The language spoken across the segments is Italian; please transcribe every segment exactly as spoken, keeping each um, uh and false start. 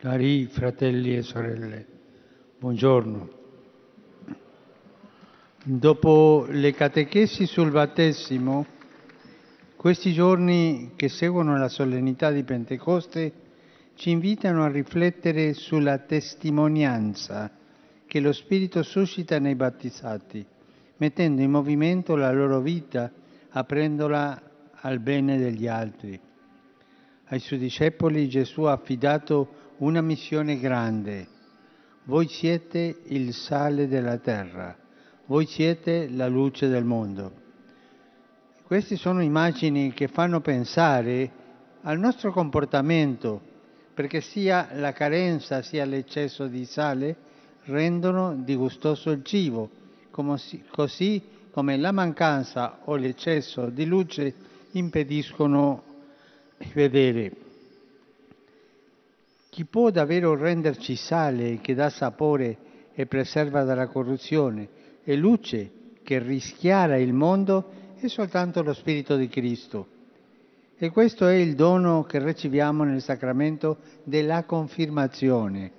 Cari fratelli e sorelle, buongiorno. Dopo le catechesi sul battesimo, questi giorni che seguono la solennità di Pentecoste ci invitano a riflettere sulla testimonianza che lo Spirito suscita nei battezzati, mettendo in movimento la loro vita, aprendola al bene degli altri. Ai suoi discepoli Gesù ha affidato una missione grande. Voi siete il sale della terra, voi siete la luce del mondo. Queste sono immagini che fanno pensare al nostro comportamento, perché sia la carenza sia l'eccesso di sale rendono disgustoso il cibo, così come la mancanza o l'eccesso di luce impediscono di vedere. Chi può davvero renderci sale che dà sapore e preserva dalla corruzione e luce che rischiara il mondo è soltanto lo Spirito di Cristo. E questo è il dono che riceviamo nel sacramento della confermazione,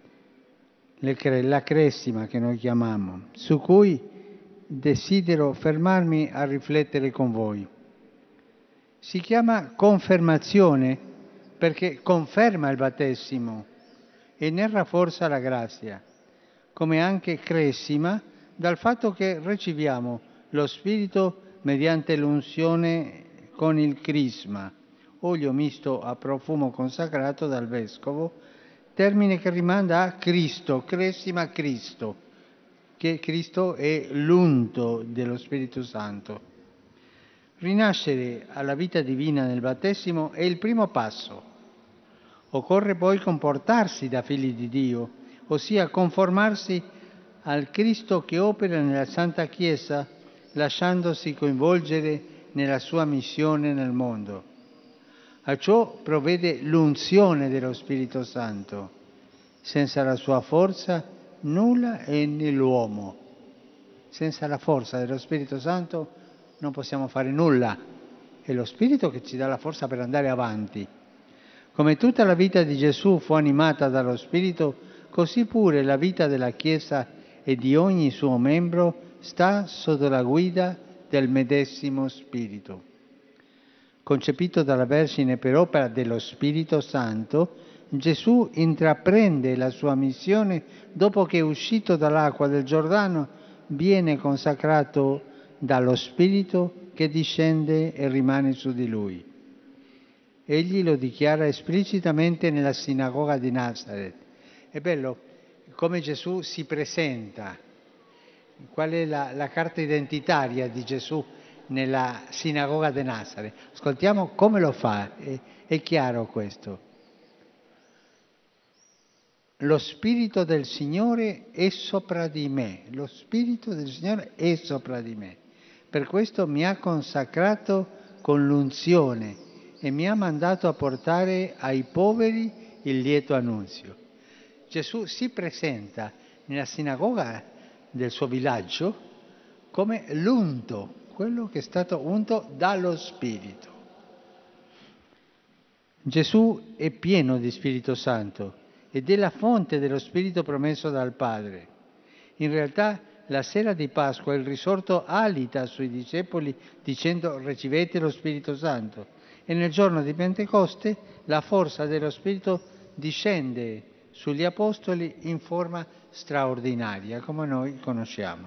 la cresima che noi chiamiamo, su cui desidero fermarmi a riflettere con voi. Si chiama confermazione perché conferma il battesimo e ne rafforza la grazia, come anche cresima dal fatto che riceviamo lo Spirito mediante l'unzione con il crisma, olio misto a profumo consacrato dal Vescovo, termine che rimanda a Cristo, cresima Cristo, che Cristo è l'unto dello Spirito Santo. Rinascere alla vita divina nel battesimo è il primo passo. Occorre poi comportarsi da figli di Dio, ossia conformarsi al Cristo che opera nella Santa Chiesa, lasciandosi coinvolgere nella sua missione nel mondo. A ciò provvede l'unzione dello Spirito Santo. Senza la sua forza nulla è nell'uomo. Senza la forza dello Spirito Santo non possiamo fare nulla. È lo Spirito che ci dà la forza per andare avanti. Come tutta la vita di Gesù fu animata dallo Spirito, così pure la vita della Chiesa e di ogni suo membro sta sotto la guida del medesimo Spirito. Concepito dalla Vergine per opera dello Spirito Santo, Gesù intraprende la sua missione dopo che, uscito dall'acqua del Giordano, viene consacrato dallo Spirito che discende e rimane su di lui. Egli lo dichiara esplicitamente nella sinagoga di Nazareth. È bello come Gesù si presenta, qual è la, la carta identitaria di Gesù nella sinagoga di Nazareth. Ascoltiamo come lo fa, è, è chiaro questo. Lo Spirito del Signore è sopra di me, lo Spirito del Signore è sopra di me. Per questo mi ha consacrato con l'unzione e mi ha mandato a portare ai poveri il lieto annunzio. Gesù si presenta nella sinagoga del suo villaggio come l'unto, quello che è stato unto dallo Spirito. Gesù è pieno di Spirito Santo ed è la fonte dello Spirito promesso dal Padre. In realtà la sera di Pasqua il risorto alita sui discepoli dicendo ricevete lo Spirito Santo. E nel giorno di Pentecoste la forza dello Spirito discende sugli Apostoli in forma straordinaria, come noi conosciamo.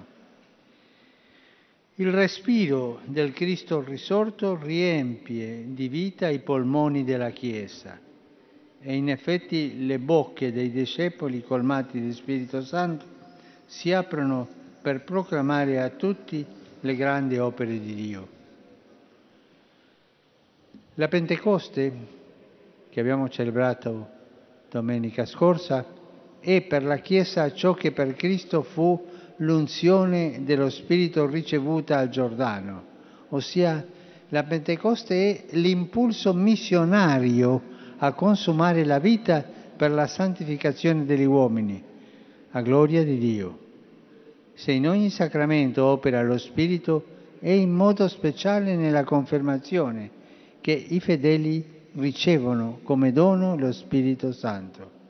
Il respiro del Cristo risorto riempie di vita i polmoni della Chiesa e in effetti le bocche dei discepoli colmati di Spirito Santo si aprono per proclamare a tutti le grandi opere di Dio. La Pentecoste, che abbiamo celebrato domenica scorsa, è per la Chiesa ciò che per Cristo fu l'unzione dello Spirito ricevuta al Giordano, ossia la Pentecoste è l'impulso missionario a consumare la vita per la santificazione degli uomini, a gloria di Dio. Se in ogni sacramento opera lo Spirito, è in modo speciale nella confermazione, che i fedeli ricevono come dono lo Spirito Santo.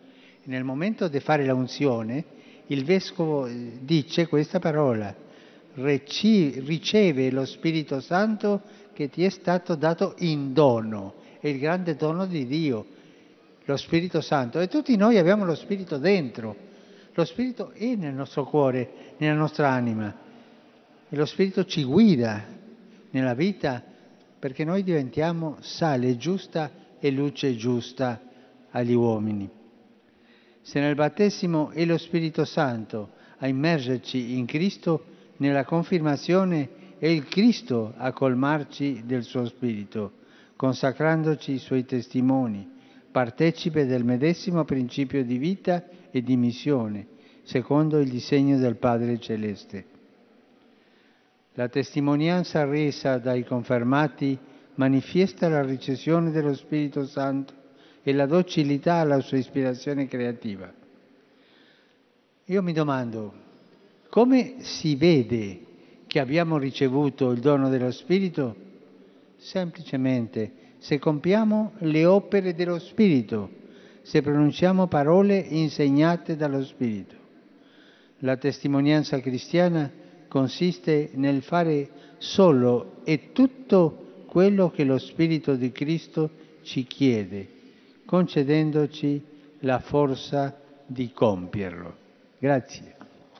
Nel momento di fare la unzione, il Vescovo dice questa parola: riceve lo Spirito Santo che ti è stato dato in dono. È il grande dono di Dio, lo Spirito Santo. E tutti noi abbiamo lo Spirito dentro. Lo Spirito è nel nostro cuore, nella nostra anima. E lo Spirito ci guida nella vita perché noi diventiamo sale giusta e luce giusta agli uomini. Se nel battesimo è lo Spirito Santo a immergerci in Cristo, nella confermazione è il Cristo a colmarci del suo Spirito, consacrandoci i suoi testimoni, partecipe del medesimo principio di vita e di missione, secondo il disegno del Padre Celeste. La testimonianza resa dai confermati manifesta la ricezione dello Spirito Santo e la docilità alla sua ispirazione creativa. Io mi domando, come si vede che abbiamo ricevuto il dono dello Spirito? Semplicemente se compiamo le opere dello Spirito, se pronunciamo parole insegnate dallo Spirito. La testimonianza cristiana consiste nel fare solo e tutto quello che lo Spirito di Cristo ci chiede, concedendoci la forza di compierlo. Grazie.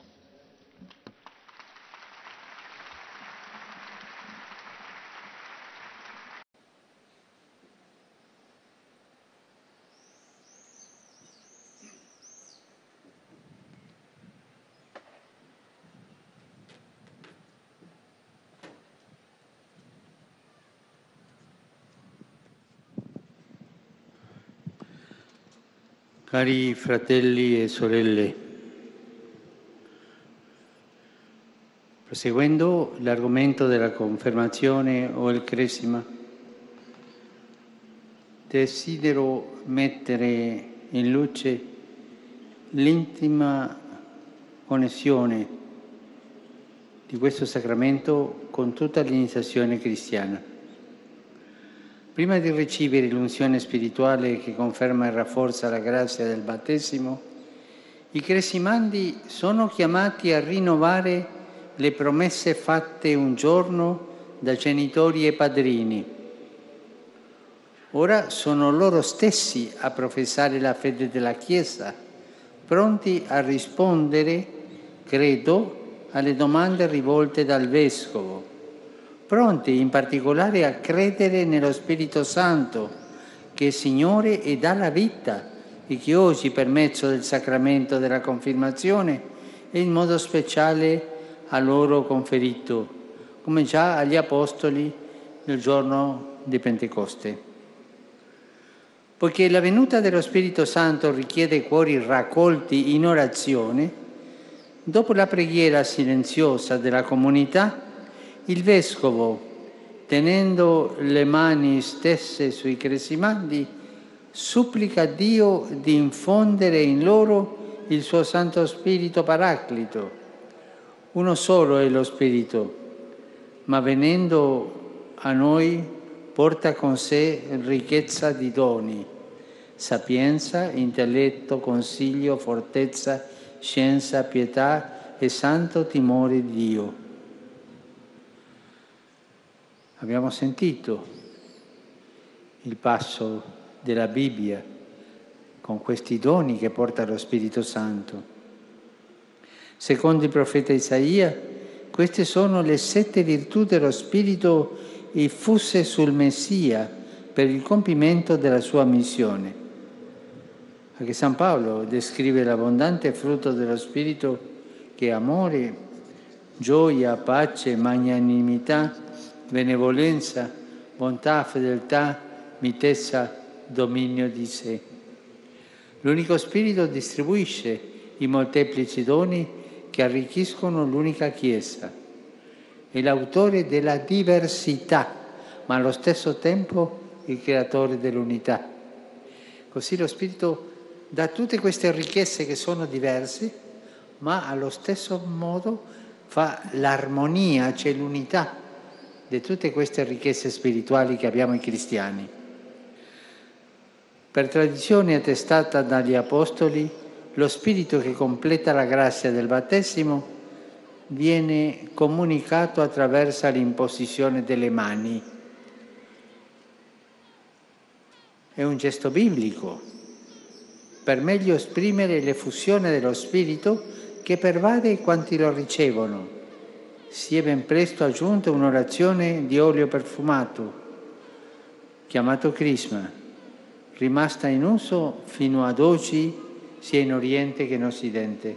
Cari fratelli e sorelle, proseguendo l'argomento della confermazione o il cresima, desidero mettere in luce l'intima connessione di questo sacramento con tutta l'iniziazione cristiana. Prima di ricevere l'unzione spirituale che conferma e rafforza la grazia del battesimo, i cresimandi sono chiamati a rinnovare le promesse fatte un giorno da genitori e padrini. Ora sono loro stessi a professare la fede della Chiesa, pronti a rispondere, credo, alle domande rivolte dal Vescovo, pronti in particolare a credere nello Spirito Santo, che è Signore e dà la vita e che oggi, per mezzo del sacramento della confermazione, è in modo speciale a loro conferito, come già agli Apostoli nel giorno di Pentecoste. Poiché la venuta dello Spirito Santo richiede cuori raccolti in orazione, dopo la preghiera silenziosa della comunità, il Vescovo, tenendo le mani stesse sui cresimandi, supplica Dio di infondere in loro il suo Santo Spirito Paraclito. Uno solo è lo Spirito, ma venendo a noi porta con sé ricchezza di doni, sapienza, intelletto, consiglio, fortezza, scienza, pietà e santo timore di Dio. Abbiamo sentito il passo della Bibbia con questi doni che porta lo Spirito Santo. Secondo il profeta Isaia, queste sono le sette virtù dello Spirito effuse sul Messia per il compimento della sua missione. Anche San Paolo descrive l'abbondante frutto dello Spirito che è amore, gioia, pace, magnanimità, benevolenza, bontà, fedeltà, mitezza, dominio di sé. L'unico Spirito distribuisce i molteplici doni che arricchiscono l'unica Chiesa. È l'autore della diversità, ma allo stesso tempo il creatore dell'unità. Così lo Spirito dà tutte queste ricchezze che sono diverse, ma allo stesso modo fa l'armonia, c'è l'unità di tutte queste ricchezze spirituali che abbiamo i cristiani. Per tradizione attestata dagli Apostoli, lo Spirito che completa la grazia del battesimo viene comunicato attraverso l'imposizione delle mani. È un gesto biblico per meglio esprimere l'effusione dello Spirito che pervade quanti lo ricevono. Si è ben presto aggiunta un'orazione di olio perfumato, chiamato crisma, rimasta in uso fino ad oggi sia in Oriente che in Occidente.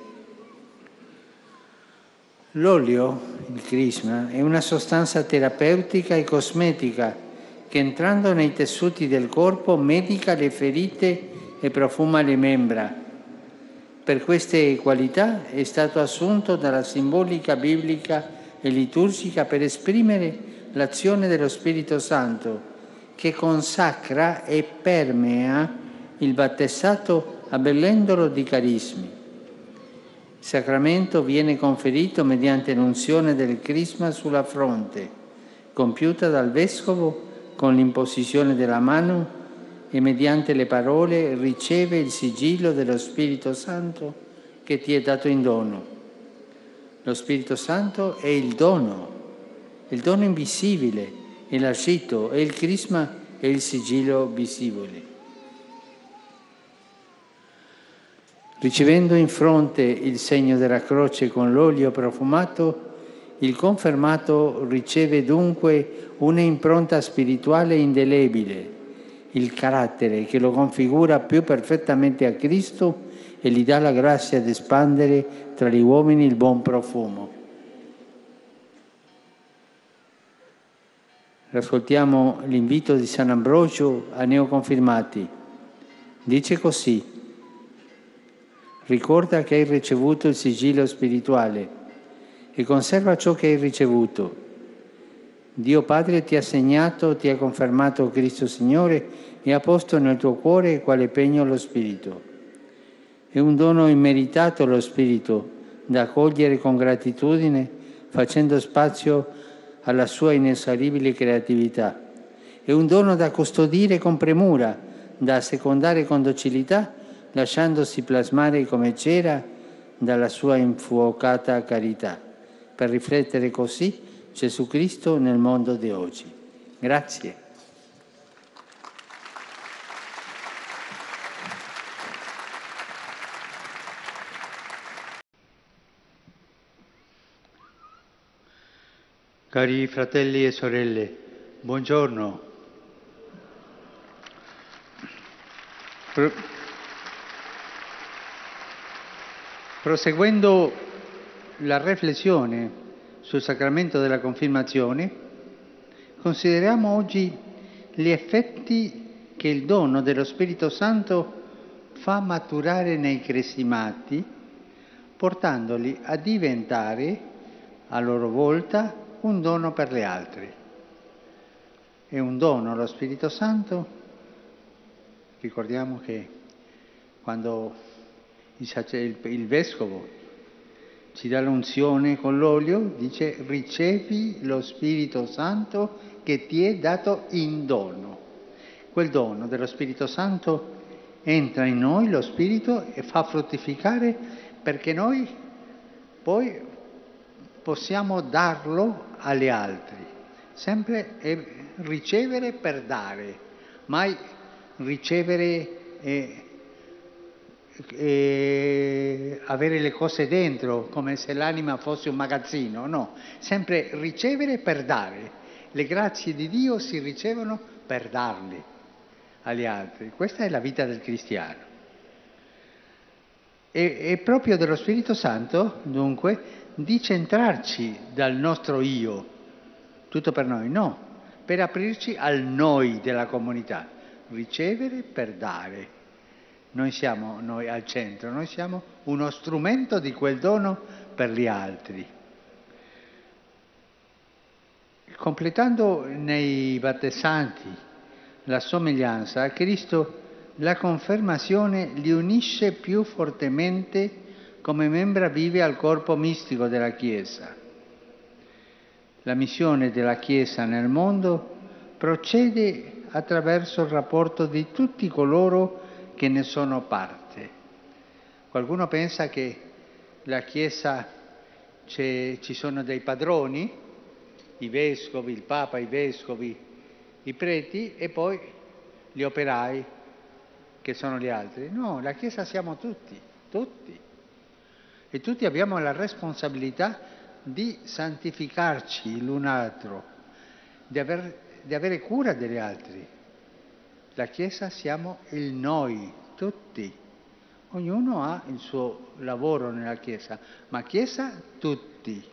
L'olio, il crisma, è una sostanza terapeutica e cosmetica che entrando nei tessuti del corpo medica le ferite e profuma le membra. Per queste qualità è stato assunto dalla simbolica biblica e liturgica per esprimere l'azione dello Spirito Santo, che consacra e permea il battezzato abbellendolo di carismi. Il sacramento viene conferito mediante l'unzione del crisma sulla fronte, compiuta dal Vescovo con l'imposizione della mano e mediante le parole riceve il sigillo dello Spirito Santo che ti è dato in dono. Lo Spirito Santo è il dono, il dono invisibile, elargito, e il crisma è il sigillo visibile. Ricevendo in fronte il segno della croce con l'olio profumato, il confermato riceve dunque un'impronta spirituale indelebile, il carattere che lo configura più perfettamente a Cristo e gli dà la grazia di espandere tra gli uomini il buon profumo. Ascoltiamo l'invito di San Ambrogio ai neoconfirmati. Dice così: ricorda che hai ricevuto il sigillo spirituale e conserva ciò che hai ricevuto. Dio Padre ti ha segnato, ti ha confermato Cristo Signore e ha posto nel tuo cuore quale pegno lo Spirito. È un dono immeritato lo Spirito, da accogliere con gratitudine, facendo spazio alla sua inesauribile creatività. È un dono da custodire con premura, da assecondare con docilità, lasciandosi plasmare come cera dalla sua infuocata carità, per riflettere così Gesù Cristo nel mondo di oggi. Grazie. Cari fratelli e sorelle, buongiorno. Pro- proseguendo la riflessione sul sacramento della confermazione, consideriamo oggi gli effetti che il dono dello Spirito Santo fa maturare nei cresimati, portandoli a diventare a loro volta un dono per le altre. È un dono lo Spirito Santo. Ricordiamo che quando il, il Vescovo ci dà l'unzione con l'olio, dice ricevi lo Spirito Santo che ti è dato in dono. Quel dono dello Spirito Santo entra in noi, lo Spirito, e fa fruttificare perché noi poi possiamo darlo agli altri. Sempre è ricevere per dare, mai ricevere e, e avere le cose dentro come se l'anima fosse un magazzino, no, sempre ricevere per dare. Le grazie di Dio si ricevono per darle agli altri. Questa è la vita del cristiano. E, e proprio dello Spirito Santo, dunque, di centrarci dal nostro io, tutto per noi, no, per aprirci al noi della comunità, ricevere per dare. Noi siamo noi al centro, noi siamo uno strumento di quel dono per gli altri. Completando nei battezzanti la somiglianza a Cristo, la confermazione li unisce più fortemente come membra vive al corpo mistico della Chiesa. La missione della Chiesa nel mondo procede attraverso il rapporto di tutti coloro che ne sono parte. Qualcuno pensa che la Chiesa ci sono dei padroni, i vescovi, il Papa, i vescovi, i preti e poi gli operai che sono gli altri. No, la Chiesa siamo tutti, tutti. E tutti abbiamo la responsabilità di santificarci l'un l'altro, di, aver, di avere cura degli altri. La Chiesa siamo il noi, tutti. Ognuno ha il suo lavoro nella Chiesa, ma Chiesa tutti.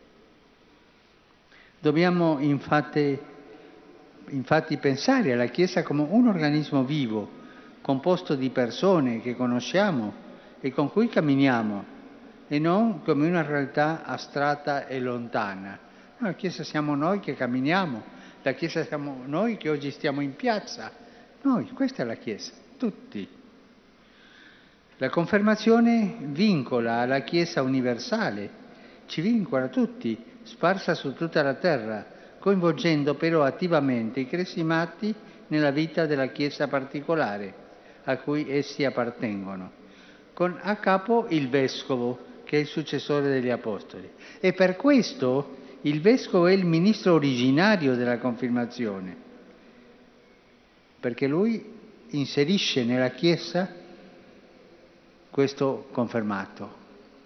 Dobbiamo infatti, infatti pensare alla Chiesa come un organismo vivo, composto di persone che conosciamo e con cui camminiamo, e non come una realtà astratta e lontana. La Chiesa siamo noi che camminiamo, la Chiesa siamo noi che oggi stiamo in piazza. Noi, questa è la Chiesa, tutti. La confermazione vincola alla Chiesa universale, ci vincola tutti, sparsa su tutta la terra, coinvolgendo però attivamente i cresimati nella vita della Chiesa particolare a cui essi appartengono, con a capo il Vescovo, che è il successore degli Apostoli. E per questo il Vescovo è il ministro originario della confermazione, perché lui inserisce nella Chiesa questo confermato.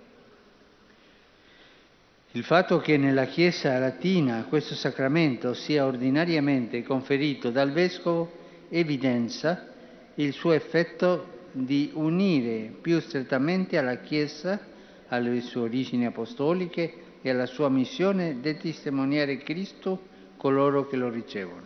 Il fatto che nella Chiesa latina questo sacramento sia ordinariamente conferito dal Vescovo evidenzia il suo effetto di unire più strettamente alla Chiesa, alle sue origini apostoliche e alla sua missione di testimoniare Cristo coloro che lo ricevono.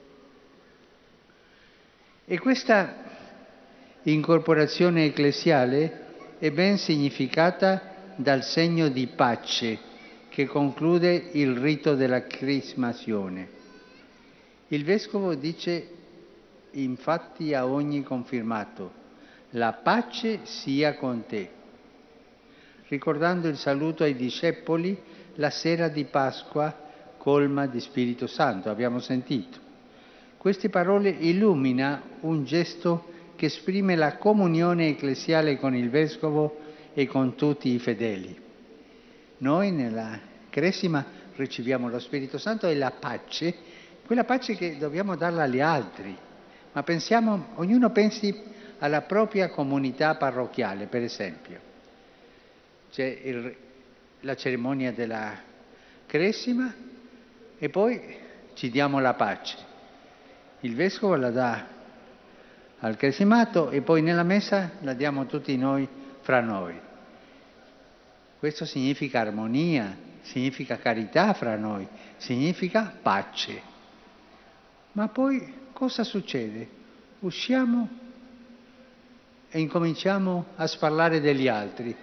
E questa incorporazione ecclesiale è ben significata dal segno di pace che conclude il rito della crismazione. Il Vescovo dice infatti a ogni confirmato: la pace sia con te, ricordando il saluto ai discepoli la sera di Pasqua colma di Spirito Santo, abbiamo sentito. Queste parole illumina un gesto che esprime la comunione ecclesiale con il Vescovo e con tutti i fedeli. Noi nella Cresima riceviamo lo Spirito Santo e la pace, quella pace che dobbiamo darla agli altri. Ma pensiamo, ognuno pensi alla propria comunità parrocchiale, per esempio. C'è il, la cerimonia della Cresima e poi ci diamo la pace. Il Vescovo la dà al cresimato e poi nella messa la diamo tutti noi fra noi. Questo significa armonia, significa carità fra noi, significa pace. Ma poi cosa succede? Usciamo e incominciamo a sparlare degli altri,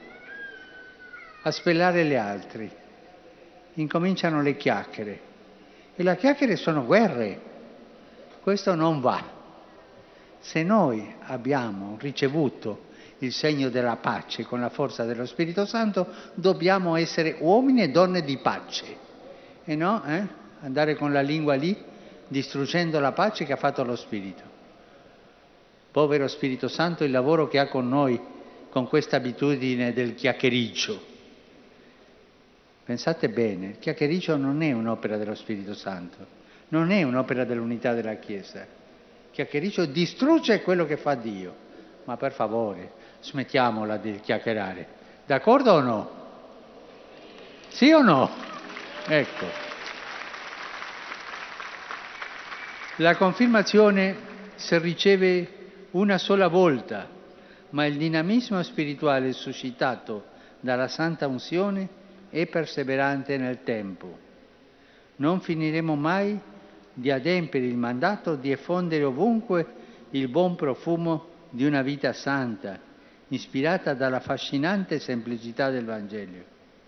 a spellare gli altri. Incominciano le chiacchiere. E le chiacchiere sono guerre. Questo non va. Se noi abbiamo ricevuto il segno della pace con la forza dello Spirito Santo, dobbiamo essere uomini e donne di pace. E no, eh? andare con la lingua lì, distruggendo la pace che ha fatto lo Spirito. Povero Spirito Santo, il lavoro che ha con noi, con questa abitudine del chiacchiericcio. Pensate bene, il chiacchiericcio non è un'opera dello Spirito Santo, non è un'opera dell'unità della Chiesa. Il chiacchiericcio distrugge quello che fa Dio. Ma per favore, smettiamola di chiacchierare. D'accordo o no? Sì o no? Ecco. La confermazione si riceve una sola volta, ma il dinamismo spirituale suscitato dalla Santa Unzione è perseverante nel tempo. Non finiremo mai di adempiere il mandato di effondere ovunque il buon profumo di una vita santa, ispirata dalla affascinante semplicità del Vangelo.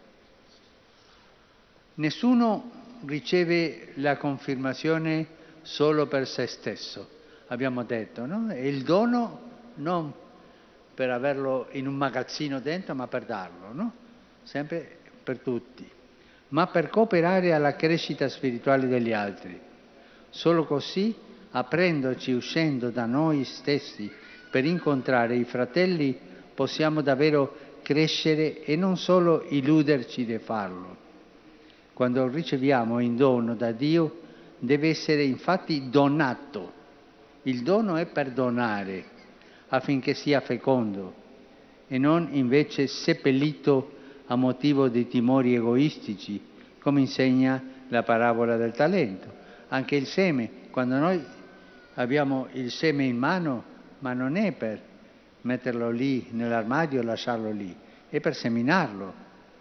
Nessuno riceve la confermazione solo per se stesso, abbiamo detto, no? È il dono non per averlo in un magazzino dentro, ma per darlo, no? Sempre per tutti, ma per cooperare alla crescita spirituale degli altri. Solo così aprendoci uscendo da noi stessi per incontrare i fratelli, possiamo davvero crescere e non solo illuderci di farlo. Quando riceviamo in dono da Dio, deve essere infatti donato. Il dono è per donare, affinché sia fecondo, e non invece seppellito a motivo di timori egoistici, come insegna la parabola del talento. Anche il seme, quando noi abbiamo il seme in mano, ma non è per metterlo lì nell'armadio e lasciarlo lì, è per seminarlo.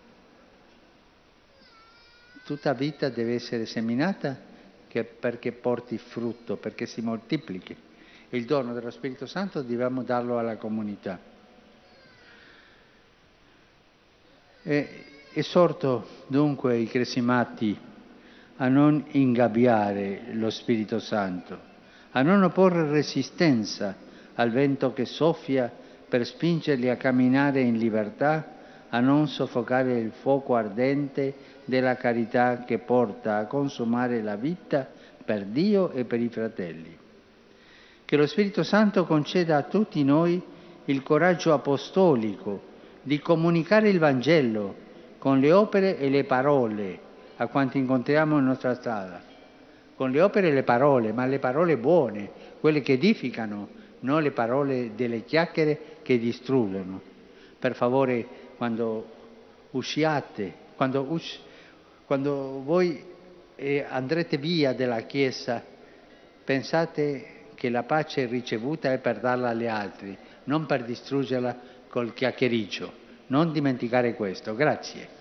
Tutta vita deve essere seminata che perché porti frutto, perché si moltiplichi. Il dono dello Spirito Santo dobbiamo darlo alla comunità. E esorto dunque i cresimati a non ingabbiare lo Spirito Santo, a non opporre resistenza al vento che soffia per spingerli a camminare in libertà, a non soffocare il fuoco ardente della carità che porta a consumare la vita per Dio e per i fratelli. Che lo Spirito Santo conceda a tutti noi il coraggio apostolico di comunicare il Vangelo con le opere e le parole a quanti incontriamo in nostra strada. Con le opere e le parole, ma le parole buone, quelle che edificano, non le parole delle chiacchiere che distruggono. Per favore, quando usciate, quando, us- quando voi eh, andrete via dalla Chiesa, pensate che la pace ricevuta è per darla agli altri, non per distruggerla col chiacchiericcio. Non dimenticare questo. Grazie.